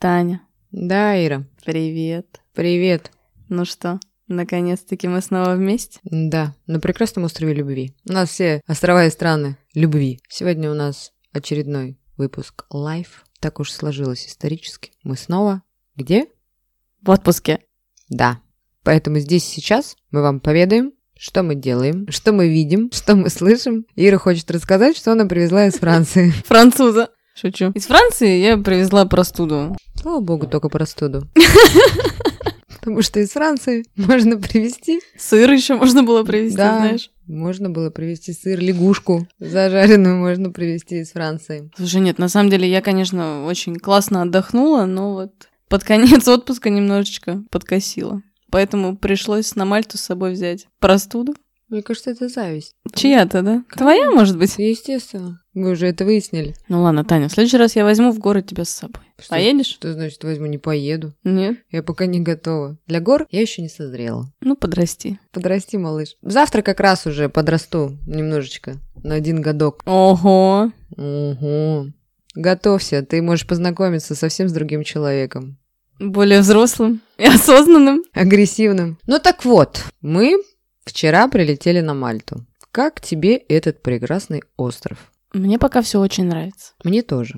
Таня. Да, Ира. Привет. Привет. Ну что, наконец-таки мы снова вместе? Да, на прекрасном острове любви. У нас все острова и страны любви. Сегодня у нас очередной выпуск Live. Так уж сложилось исторически. Мы снова где? В отпуске. Да. Поэтому здесь сейчас мы вам поведаем, что мы делаем, что мы видим, что мы слышим. Ира хочет рассказать, что она привезла из Франции. Француза. Шучу. Из Франции я привезла простуду. Слава богу, только простуду. Потому что из Франции можно привезти... Сыр еще можно было привезти, да, знаешь? Можно было привезти сыр, лягушку зажаренную можно привезти из Франции. Слушай, нет, на самом деле я, конечно, очень классно отдохнула, но вот под конец отпуска немножечко подкосила. Поэтому пришлось на Мальту с собой взять простуду. Мне кажется, это зависть. Чья-то, да? Твоя, может быть? Естественно. Мы уже это выяснили. Ну ладно, Таня, в следующий раз я возьму в город тебя с собой. Поедешь? Что значит возьму? Не поеду. Нет? Я пока не готова. Для гор я еще не созрела. Ну, подрасти. Подрасти, малыш. Завтра как раз уже подрасту немножечко. На 1 годок. Ого! Ого. Готовься, ты можешь познакомиться совсем с другим человеком. Более взрослым и осознанным. Агрессивным. Ну так вот, мы вчера прилетели на Мальту. Как тебе этот прекрасный остров? Мне пока все очень нравится. Мне тоже.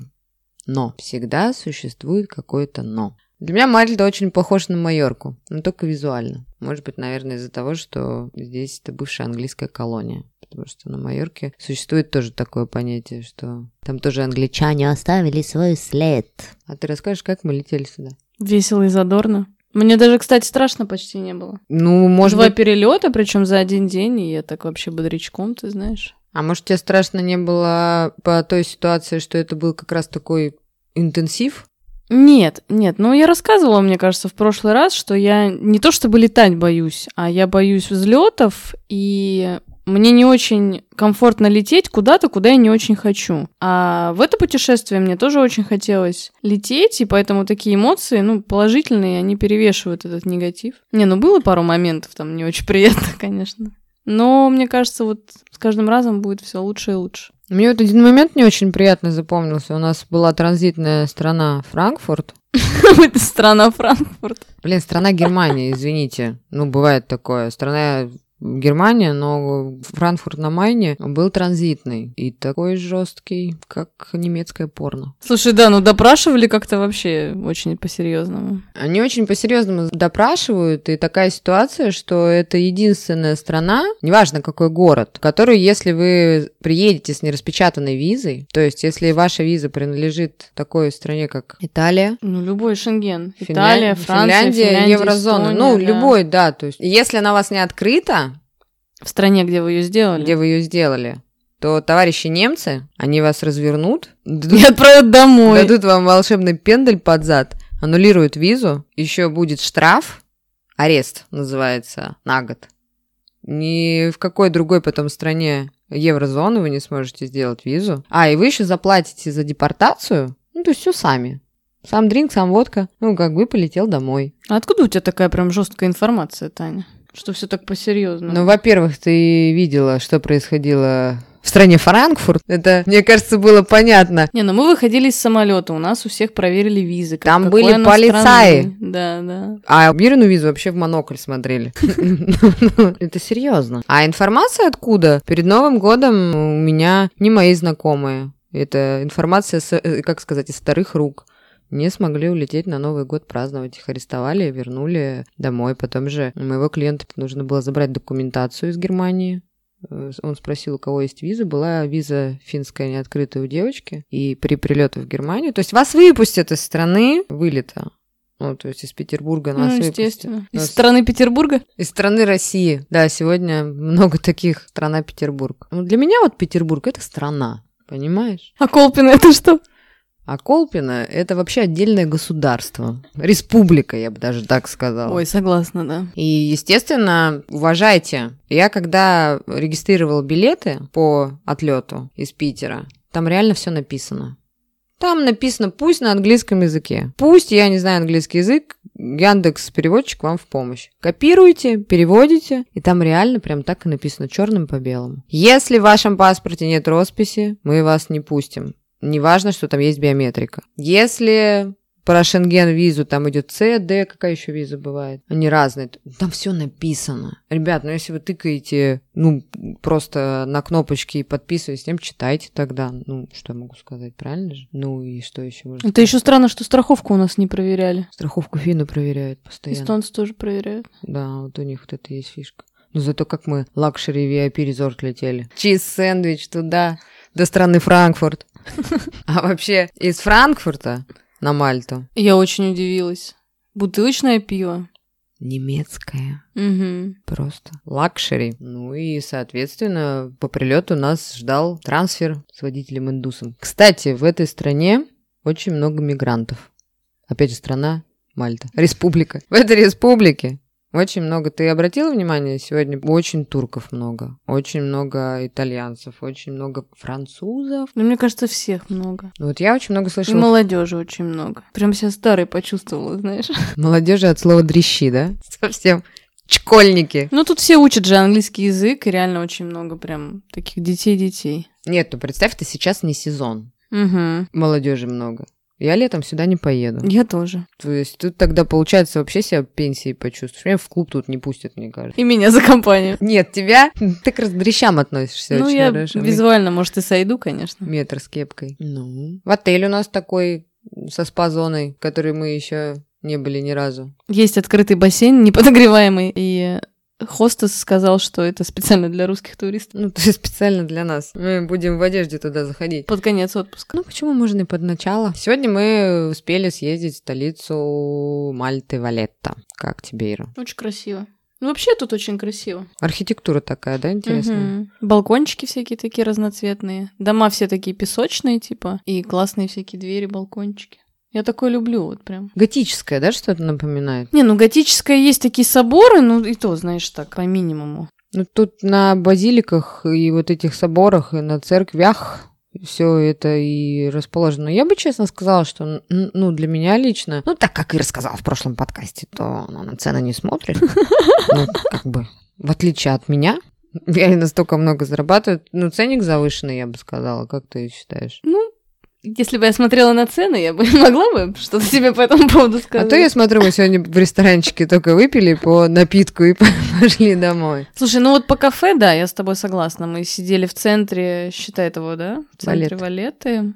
Но всегда существует какое-то но. Для меня Мальта очень похожа на Майорку, но только визуально. Может быть, наверное, из-за того, что здесь это бывшая английская колония. Потому что на Майорке существует тоже такое понятие, что там тоже англичане оставили свой след. А ты расскажешь, как мы летели сюда? Весело и задорно. Мне даже, кстати, страшно почти не было. Ну, может 2 быть... перелета, причем за один день, и я так вообще бодрячком, ты знаешь. А может, тебе страшно не было по той ситуации, что это был как раз такой интенсив? Нет, ну я рассказывала, мне кажется, в прошлый раз, что я не то чтобы летать боюсь, а я боюсь взлетов, и мне не очень комфортно лететь куда-то, куда я не очень хочу. А в это путешествие мне тоже очень хотелось лететь, и поэтому такие эмоции, положительные, они перевешивают этот негатив. Было пару моментов там не очень приятно, конечно. Но мне кажется, вот с каждым разом будет все лучше и лучше. Мне вот один момент не очень приятно запомнился. У нас была транзитная страна Франкфурт. Это страна Франкфурт. Страна Германия, извините. Бывает такое. Страна Германия, но Франкфурт на Майне был транзитный. И такой жесткий, как немецкое порно. Слушай, да, допрашивали как-то вообще очень по-серьезному. Они очень по-серьезному допрашивают, и такая ситуация, что это единственная страна, неважно какой город, в которую, если вы приедете с нераспечатанной визой, то есть если ваша виза принадлежит такой стране, как Италия, любой Шенген, Италия, Франция, Финляндия, еврозона, Эстония, любой, да, то есть если она у вас не открыта, в стране, где вы ее сделали, то товарищи немцы, они вас развернут и отправят домой. Дадут вам волшебный пендель под зад, аннулируют визу, еще будет штраф, арест называется, на год. Ни в какой другой потом стране еврозоны вы не сможете сделать визу. И вы еще заплатите за депортацию, то есть все сами. Сам дринк, сам водка, полетел домой. А откуда у тебя такая прям жесткая информация, Таня? Что все так по-серьезному? Во-первых, ты видела, что происходило в стране Франкфурт. Это, мне кажется, было понятно. Мы выходили из самолета, у нас у всех проверили визы. Там были полицаи. Да. А Ирину визу вообще в монокль смотрели. Это серьезно. А информация откуда? Перед Новым годом у меня не мои знакомые. Это информация, из вторых рук. Не смогли улететь на Новый год праздновать. Их арестовали, вернули домой. Потом же у моего клиента нужно было забрать документацию из Германии. Он спросил, у кого есть виза. Была виза финская неоткрытая у девочки. И при прилете в Германию... То есть вас выпустят из страны вылета. То есть из Петербурга нас выпустят. Естественно. Из страны Петербурга? Из страны России. Да, сегодня много таких. Страна Петербург. Для меня Петербург — это страна. Понимаешь? А Колпино — это что? А Колпино — это вообще отдельное государство. Республика, я бы даже так сказала. Ой, согласна, да. И, естественно, уважайте. Я когда регистрировала билеты по отлету из Питера, там реально все написано. Там написано «пусть на английском языке». Пусть я не знаю английский язык, Яндекс-переводчик вам в помощь. Копируете, переводите, и там реально прям так и написано черным по белому. Если в вашем паспорте нет росписи, мы вас не пустим. Неважно, что там есть биометрика. Если про Шенген-визу, там идет С, Д, какая еще виза бывает? Они разные. Там все написано. Ребят, ну если вы тыкаете, просто на кнопочки и подписываетесь, тем читайте тогда. Что я могу сказать, правильно же? И что еще можно сказать? Это еще странно, что страховку у нас не проверяли. Страховку финны проверяют постоянно. Эстонцы тоже проверяют. Да, вот у них вот это есть фишка. Зато как мы лакшери VIP резорт летели. Чиз-сэндвич туда, до страны Франкфурт. А вообще из Франкфурта на Мальту. Я очень удивилась. Бутылочное пиво. Немецкое. Угу. Просто лакшери. И, соответственно, по прилету нас ждал трансфер с водителем-индусом. Кстати, в этой стране очень много мигрантов. Опять же, страна Мальта. Республика. В этой республике очень много. Ты обратила внимание, сегодня очень турков много, очень много итальянцев, очень много французов. Мне кажется, всех много. Вот я очень много слышала. И молодежи очень много. Прям себя старой почувствовала, знаешь. Молодежи от слова дрищи, да? Совсем школьники. Тут все учат же английский язык, и реально очень много прям таких детей. Нет, представь, ты сейчас не сезон. Угу. Молодежи много. Я летом сюда не поеду. Я тоже. То есть тут тогда, получается, вообще себя пенсией почувствуешь. Меня в клуб тут не пустят, мне кажется. И меня за компанию. Нет, тебя... Ты к дрищам относишься очень я хорошо. Визуально, может, и сойду, конечно. Метр с кепкой. В отель у нас такой со спа-зоной, в которой мы еще не были ни разу. Есть открытый бассейн, неподогреваемый, и... Хостес сказал, что это специально для русских туристов. То есть специально для нас. Мы будем в одежде туда заходить. Под конец отпуска. Почему можно и под начало? Сегодня мы успели съездить в столицу Мальты, Валетта. Как тебе, Ира? Очень красиво. Вообще тут очень красиво. Архитектура такая, да, интересная? Угу. Балкончики всякие такие разноцветные. Дома все такие песочные, типа. И классные всякие двери, балкончики. Я такое люблю, вот прям. Готическое, да, что-то напоминает? Готическое есть такие соборы, и то, знаешь, так, по минимуму. Тут на базиликах и вот этих соборах, и на церквях все это и расположено. Я бы честно сказала, что, для меня лично, так как и рассказала в прошлом подкасте, то она на цены не смотрит. В отличие от меня, я не настолько много зарабатываю. Ценник завышенный, я бы сказала. Как ты считаешь? Если бы я смотрела на цены, я бы могла бы что-то себе по этому поводу сказать. А то я смотрю, мы сегодня в ресторанчике только выпили по напитку и пошли домой. Слушай, по кафе, да, я с тобой согласна. Мы сидели в центре, считай того, да? В центре Валетты.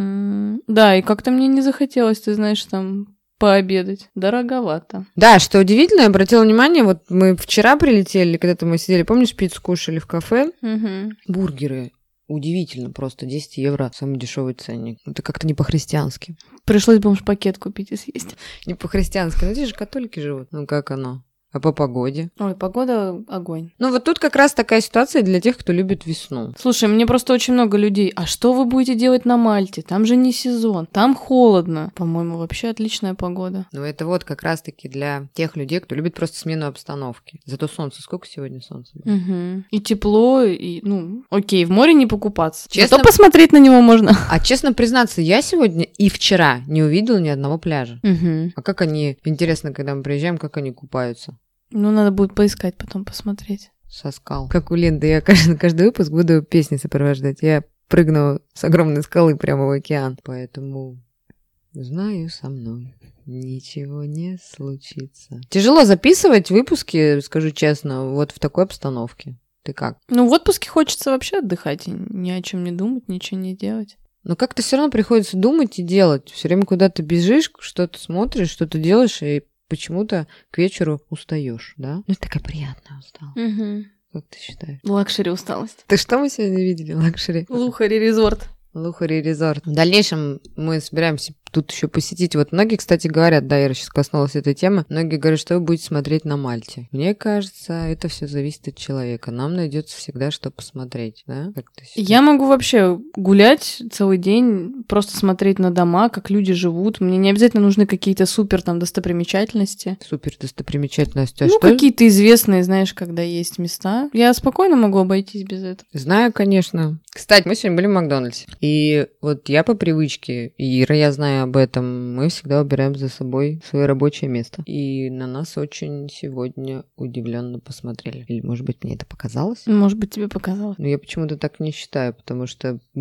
Да, и как-то мне не захотелось, ты знаешь, там пообедать. Дороговато. Да, что удивительно, я обратила внимание, вот мы вчера прилетели, когда-то мы сидели, помнишь, пиццу кушали в кафе? Угу. Бургеры. Удивительно, просто 10 евро, самый дешевый ценник. Это как-то не по-христиански. Пришлось бомж-пакет купить и съесть. Не по-христиански, здесь же католики живут. Как оно? А по погоде? Ой, погода огонь. Вот тут как раз такая ситуация для тех, кто любит весну. Слушай, мне просто очень много людей. А что вы будете делать на Мальте? Там же не сезон, там холодно. По-моему, вообще отличная погода. Это вот как раз-таки для тех людей, кто любит просто смену обстановки. Зато солнце. Сколько сегодня солнца было? Угу. И тепло, и, окей, в море не покупаться. Честно? Зато посмотреть на него можно. А честно признаться, я сегодня и вчера не увидела ни одного пляжа. Угу. А как они, интересно, когда мы приезжаем, как они купаются? Надо будет поискать, потом посмотреть. Со скал. Как у Линды. Я каждый выпуск буду песни сопровождать. Я прыгну с огромной скалы прямо в океан. Поэтому знаю, со мной ничего не случится. Тяжело записывать выпуски, скажу честно, вот в такой обстановке. Ты как? В отпуске хочется вообще отдыхать и ни о чем не думать, ничего не делать. Но как-то все равно приходится думать и делать. Все время куда-то бежишь, что-то смотришь, что-то делаешь, и почему-то к вечеру устаешь, да? Это такая приятная усталость. Угу. Как ты считаешь? Лакшери усталость. Ты что мы сегодня видели? Лакшери? Лухари резорт. Лухари резорт. В дальнейшем мы собираемся тут еще посетить. Вот многие, кстати, говорят, да, Ира сейчас коснулась этой темы, многие говорят, что вы будете смотреть на Мальте. Мне кажется, это все зависит от человека. Нам найдется всегда что посмотреть, да? Как ты считаешь? Я могу вообще гулять целый день, просто смотреть на дома, как люди живут. Мне не обязательно нужны какие-то супер там достопримечательности. Супер достопримечательности. А Ну, что? какие-то известные, знаешь, когда есть места. Я спокойно могу обойтись без этого. Знаю, конечно. Кстати, мы сегодня были в Макдональдсе. И вот я по привычке, и Ира, я знаю об этом, мы всегда убираем за собой свое рабочее место. И на нас очень сегодня удивленно посмотрели. Или, может быть, мне это показалось? Может быть, тебе показалось. Но я почему-то так не считаю, потому что мы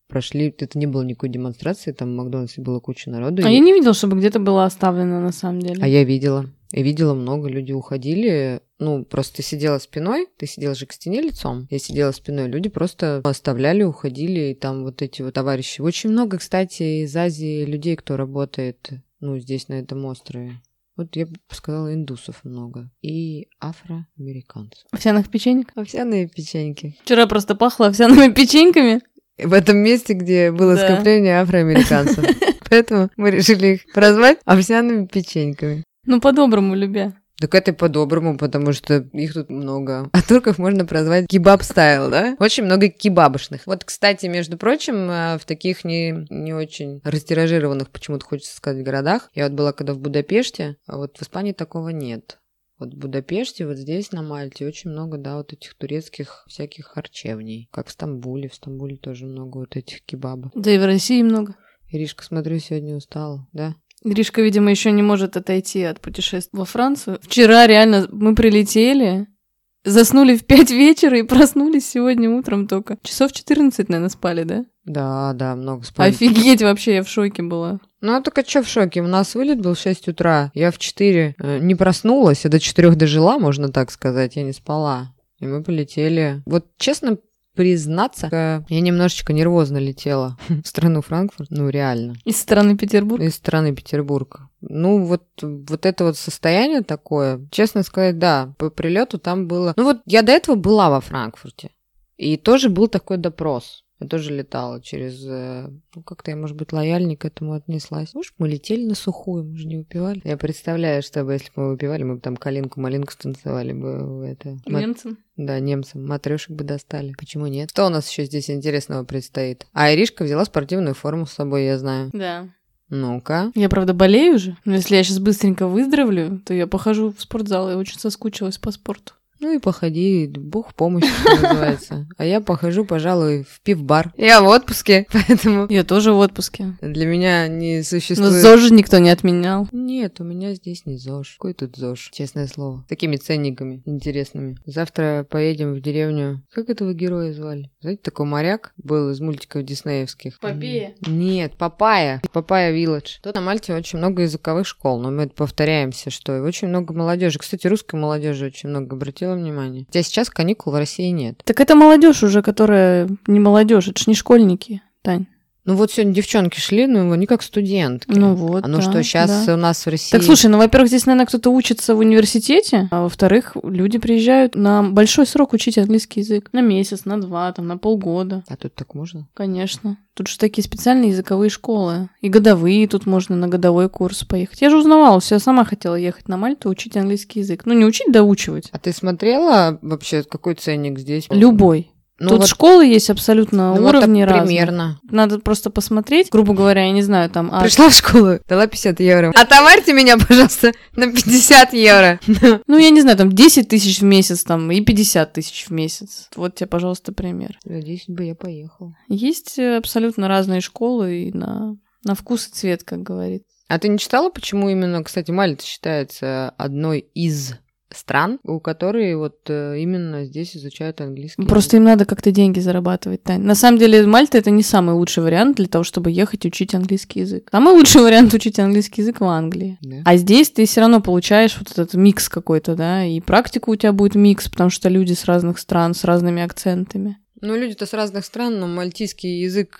прошли, это не было никакой демонстрации, там в Макдональдсе было куча народу. А я не видела, чтобы где-то было оставлено на самом деле. А я видела. Я видела много, люди уходили. Ну, просто ты сидела спиной, ты сидела же к стене лицом. Я сидела спиной, люди просто оставляли, уходили, и там вот эти вот товарищи. Очень много, кстати, из Азии людей, кто работает, ну, здесь, на этом острове. Вот я бы сказала, индусов много. И афроамериканцев. Овсяных печенек? Овсяные печеньки. Вчера просто пахло овсяными печеньками. В этом месте, где было скопление афроамериканцев. Поэтому мы решили их прозвать овсяными печеньками. Ну, по-доброму, любя. Так это по-доброму, потому что их тут много. А турков можно прозвать кебаб-стайл, да? Очень много кебабошных. Вот, кстати, между прочим, в таких не очень растиражированных, почему-то хочется сказать, городах. Я вот была когда в Будапеште, а вот в Испании такого нет. Вот в Будапеште, вот здесь, на Мальте, очень много, да, вот этих турецких всяких харчевней. Как в Стамбуле. В Стамбуле тоже много вот этих кебабов. Да и в России много. Иришка, смотрю, сегодня устала, да? Гришка, видимо, еще не может отойти от путешествия во Францию. Вчера реально мы прилетели, заснули в 5 вечера и проснулись сегодня утром только. Часов 14, наверное, спали, да? Да, много спали. Офигеть, вообще, я в шоке была. Ну, а только что в шоке? У нас вылет был в 6 утра. Я в 4 не проснулась, а до 4 дожила, можно так сказать. Я не спала. И мы полетели. Вот, честно признаться, я немножечко нервозно летела в страну Франкфурт. Ну, реально. Из страны Петербург? Из страны Петербург. Ну, вот это вот состояние такое, честно сказать, да, по прилету там было... Ну, вот я до этого была во Франкфурте. И тоже был такой допрос. Я тоже летала через... Ну, как-то я, может быть, лояльнее к этому отнеслась. Может, мы летели на сухую, мы же не выпивали. Я представляю, что бы, если бы мы выпивали, мы бы там калинку-малинку станцевали бы. Это... Немцам? Да, немцам. Матрешек бы достали. Почему нет? Что у нас еще здесь интересного предстоит? А Иришка взяла спортивную форму с собой, я знаю. Да. Ну-ка. Я, правда, болею же. Но если я сейчас быстренько выздоровлю, то я похожу в спортзал. Я очень соскучилась по спорту. Ну и походи, бог в помощь, что называется. А я похожу, пожалуй, в пивбар. Я в отпуске, поэтому... Я тоже в отпуске. Для меня не существует... Но ЗОЖ никто не отменял. Нет, у меня здесь не ЗОЖ. Какой тут ЗОЖ? Честное слово. С такими ценниками интересными. Завтра поедем в деревню. Как этого героя звали? Знаете, такой моряк был из мультиков диснеевских. Попея? Нет, Папайя. Папайя Вилледж. Тут на Мальте очень много языковых школ, но мы повторяемся, что и очень много молодежи. Кстати, русской молодежи очень много. Обратила внимание. Хотя сейчас каникул в России нет. Так это молодежь уже, которая не молодежь, это ж не школьники, Тань. Ну вот сегодня девчонки шли, ну они как студентки. Ну вот, ну да, что сейчас у нас в России... Так слушай, ну во-первых, здесь, наверное, кто-то учится в университете, а во-вторых, люди приезжают на большой срок учить английский язык. На месяц, на 2, там, на полгода. А тут так можно? Конечно. Тут же такие специальные языковые школы. И годовые, тут можно на годовой курс поехать. Я же узнавала, я сама хотела ехать на Мальту, учить английский язык. Ну, не учить, доучивать. А ты смотрела вообще, какой ценник здесь? Любой. Ну тут вот, школы есть абсолютно уровни вот разные. Примерно. Надо просто посмотреть. Грубо говоря, я не знаю, там... Пришла в школу, дала 50 евро. Отоварьте меня, пожалуйста, на 50 евро. Ну, я не знаю, там 10 тысяч в месяц там и 50 тысяч в месяц. Вот тебе, пожалуйста, пример. За 10 бы я поехала. Есть абсолютно разные школы и на вкус и цвет, как говорится. А ты не читала, почему именно, кстати, Мальта считается одной из... стран, у которых вот именно здесь изучают английский. Просто им надо как-то деньги зарабатывать, Тань. На самом деле, Мальта — это не самый лучший вариант для того, чтобы ехать учить английский язык. Самый лучший вариант учить английский язык в Англии. Да. А здесь ты все равно получаешь вот этот микс какой-то, да, и практика у тебя будет микс, потому что люди с разных стран, с разными акцентами. Ну, люди-то с разных стран, но мальтийский язык,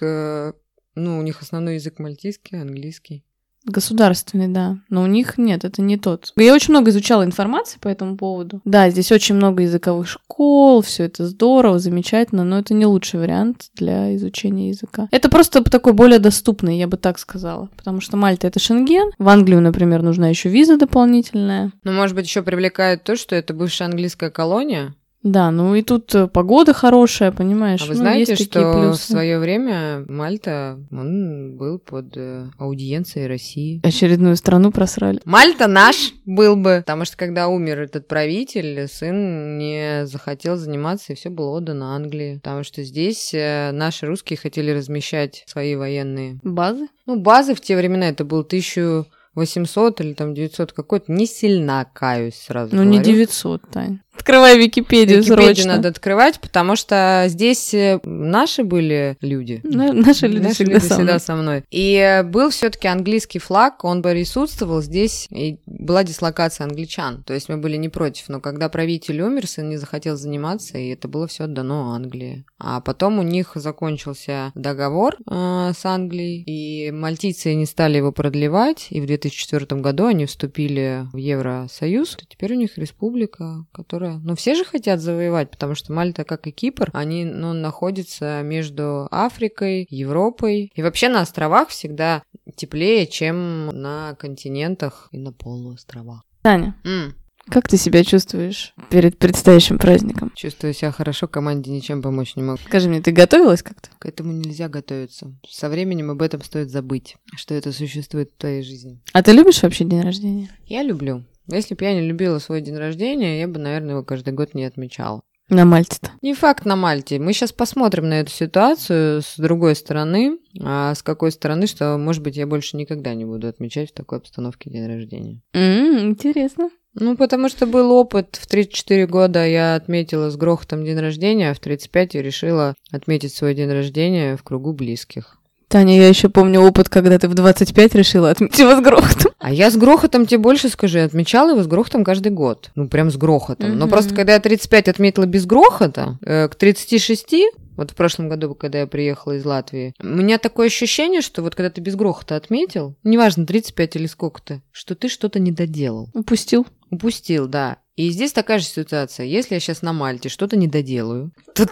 ну, у них основной язык мальтийский, английский. Государственный, да. Но у них нет, это не тот. Я очень много изучала информации по этому поводу. Да, здесь очень много языковых школ, все это здорово, замечательно, но это не лучший вариант для изучения языка. Это просто такой более доступный, я бы так сказала. Потому что Мальта — это Шенген. В Англию, например, нужна еще виза дополнительная. Ну, может быть, еще привлекает то, что это бывшая английская колония? Да, ну и тут погода хорошая, понимаешь? А вы знаете, есть что в свое время Мальта, он был под аудиенцией России. Очередную страну просрали. Мальта наш был бы, потому что когда умер этот правитель, сын не захотел заниматься, и все было отдано Англии. Потому что здесь наши русские хотели размещать свои военные... Базы? Ну, базы в те времена, это был 1800 или там 900 какой-то, не сильно каюсь, сразу ну, говорю. Не 900, Тань. Открывай Википедию срочно. надо открывать, потому что здесь наши были люди. Наши люди всегда со мной. И был все-таки английский флаг, он присутствовал здесь, и была дислокация англичан. То есть мы были не против. Но когда правитель умер, сын не захотел заниматься, и это было все отдано Англии. А потом у них закончился договор с Англией, и мальтийцы не стали его продлевать, и в 2004 году они вступили в Евросоюз. Теперь у них республика, которая... Ну, все же хотят завоевать, потому что Мальта, как и Кипр, они находятся между Африкой, Европой. И вообще на островах всегда теплее, чем на континентах и на полуостровах. Таня, как ты себя чувствуешь перед предстоящим праздником? Чувствую себя хорошо, команде ничем помочь не могу. Скажи мне, ты готовилась как-то? К этому нельзя готовиться. Со временем об этом стоит забыть, что это существует в твоей жизни. А ты любишь вообще день рождения? Я люблю. Если бы я не любила свой день рождения, я бы, наверное, его каждый год не отмечала. На Мальте-то? Не факт на Мальте. Мы сейчас посмотрим на эту ситуацию с другой стороны. А с какой стороны, что, может быть, я больше никогда не буду отмечать в такой обстановке день рождения. Интересно. Ну, потому что был опыт. В 34 года я отметила с грохотом день рождения, а в 35 я решила отметить свой день рождения в кругу близких. Таня, я еще помню опыт, когда ты в 25 решила отметить его с грохотом. А я с грохотом, тебе больше скажу, отмечала его с грохотом каждый год. Ну, прям с грохотом. Но просто, когда я 35 отметила без грохота, к 36, вот в прошлом году, когда я приехала из Латвии, у меня такое ощущение, что вот когда ты без грохота отметил, неважно, 35 или сколько-то, что ты что-то не доделал. Упустил, да. И здесь такая же ситуация. Если я сейчас на Мальте что-то не доделаю, то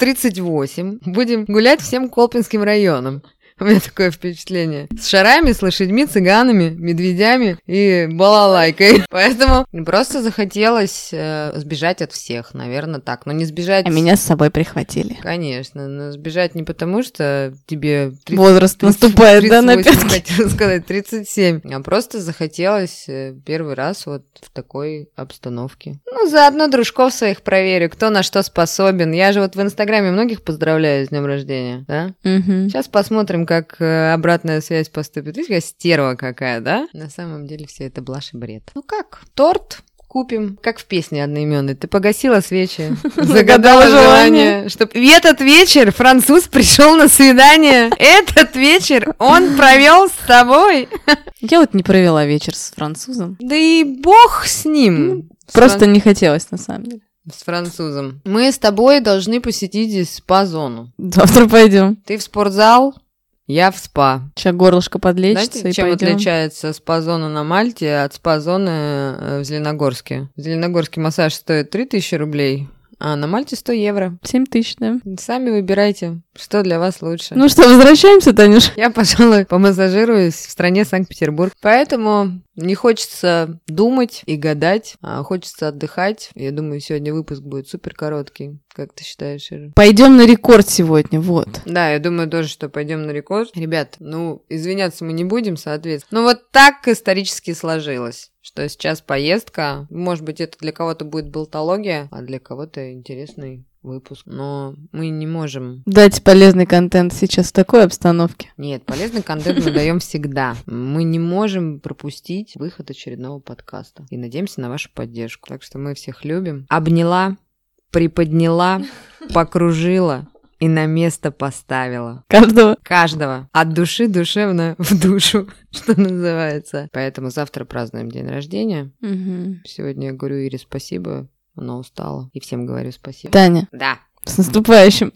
38 будем гулять всем Колпинским районом. У меня такое впечатление. С шарами, с лошадьми, цыганами, медведями и балалайкой. Поэтому просто захотелось сбежать от всех, наверное, так. Но не сбежать... А меня с собой прихватили. Конечно, но сбежать не потому, что тебе... Возраст наступает, 38, да, на пятки? хотела сказать, 37. А просто захотелось первый раз вот в такой обстановке. Ну, заодно дружков своих проверю, кто на что способен. Я же вот в Инстаграме многих поздравляю с днем рождения, да? Сейчас посмотрим, как обратная связь поступит. Видишь, какая стерва какая, да? На самом деле все это блажь и бред. Ну как, торт купим, как в песне одноименной. Ты погасила свечи, загадала желание, чтоб в этот вечер француз пришел на свидание. Этот вечер он провел с тобой. Я вот не провела вечер с французом. Да и бог с ним. Просто не хотелось, на самом деле. С французом. Мы с тобой должны посетить спа-зону. Завтра пойдем. Ты в спортзал, я в спа. Сейчас горлышко подлечится. Знаете, и чем пойдем. отличается спа-зона на Мальте от спа-зоны в Зеленогорске? В Зеленогорске массаж стоит 3000 рублей, а на Мальте 100 евро. 7000, да. Сами выбирайте, что для вас лучше. Ну что, возвращаемся, Танюш? Я, пожалуй, помассажируюсь в стране Санкт-Петербург. Поэтому не хочется думать и гадать, а хочется отдыхать. Я думаю, сегодня выпуск будет супер короткий. Как ты считаешь, Ира? Пойдем на рекорд сегодня, вот. Да, я думаю тоже, что пойдем на рекорд. Ребят, ну, извиняться мы не будем, соответственно. Но вот так исторически сложилось, что сейчас поездка. Может быть, это для кого-то будет болтология, а для кого-то интересный выпуск. Но мы не можем... Дать полезный контент сейчас в такой обстановке. Нет, полезный контент мы даем всегда. Мы не можем пропустить выход очередного подкаста. И надеемся на вашу поддержку. Так что мы всех любим. Обняла, приподняла, покружила и на место поставила. Каждого. От души душевно в душу, что называется. Поэтому завтра празднуем день рождения. Сегодня я говорю Ире спасибо. Она устала. И всем говорю спасибо. Таня. Да. С наступающим.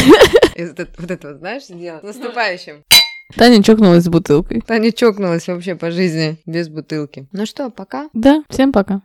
Вот это вот знаешь, сделать? С наступающим. Таня чокнулась с бутылкой. Таня чокнулась вообще по жизни без бутылки. Ну что, пока? Да, всем пока.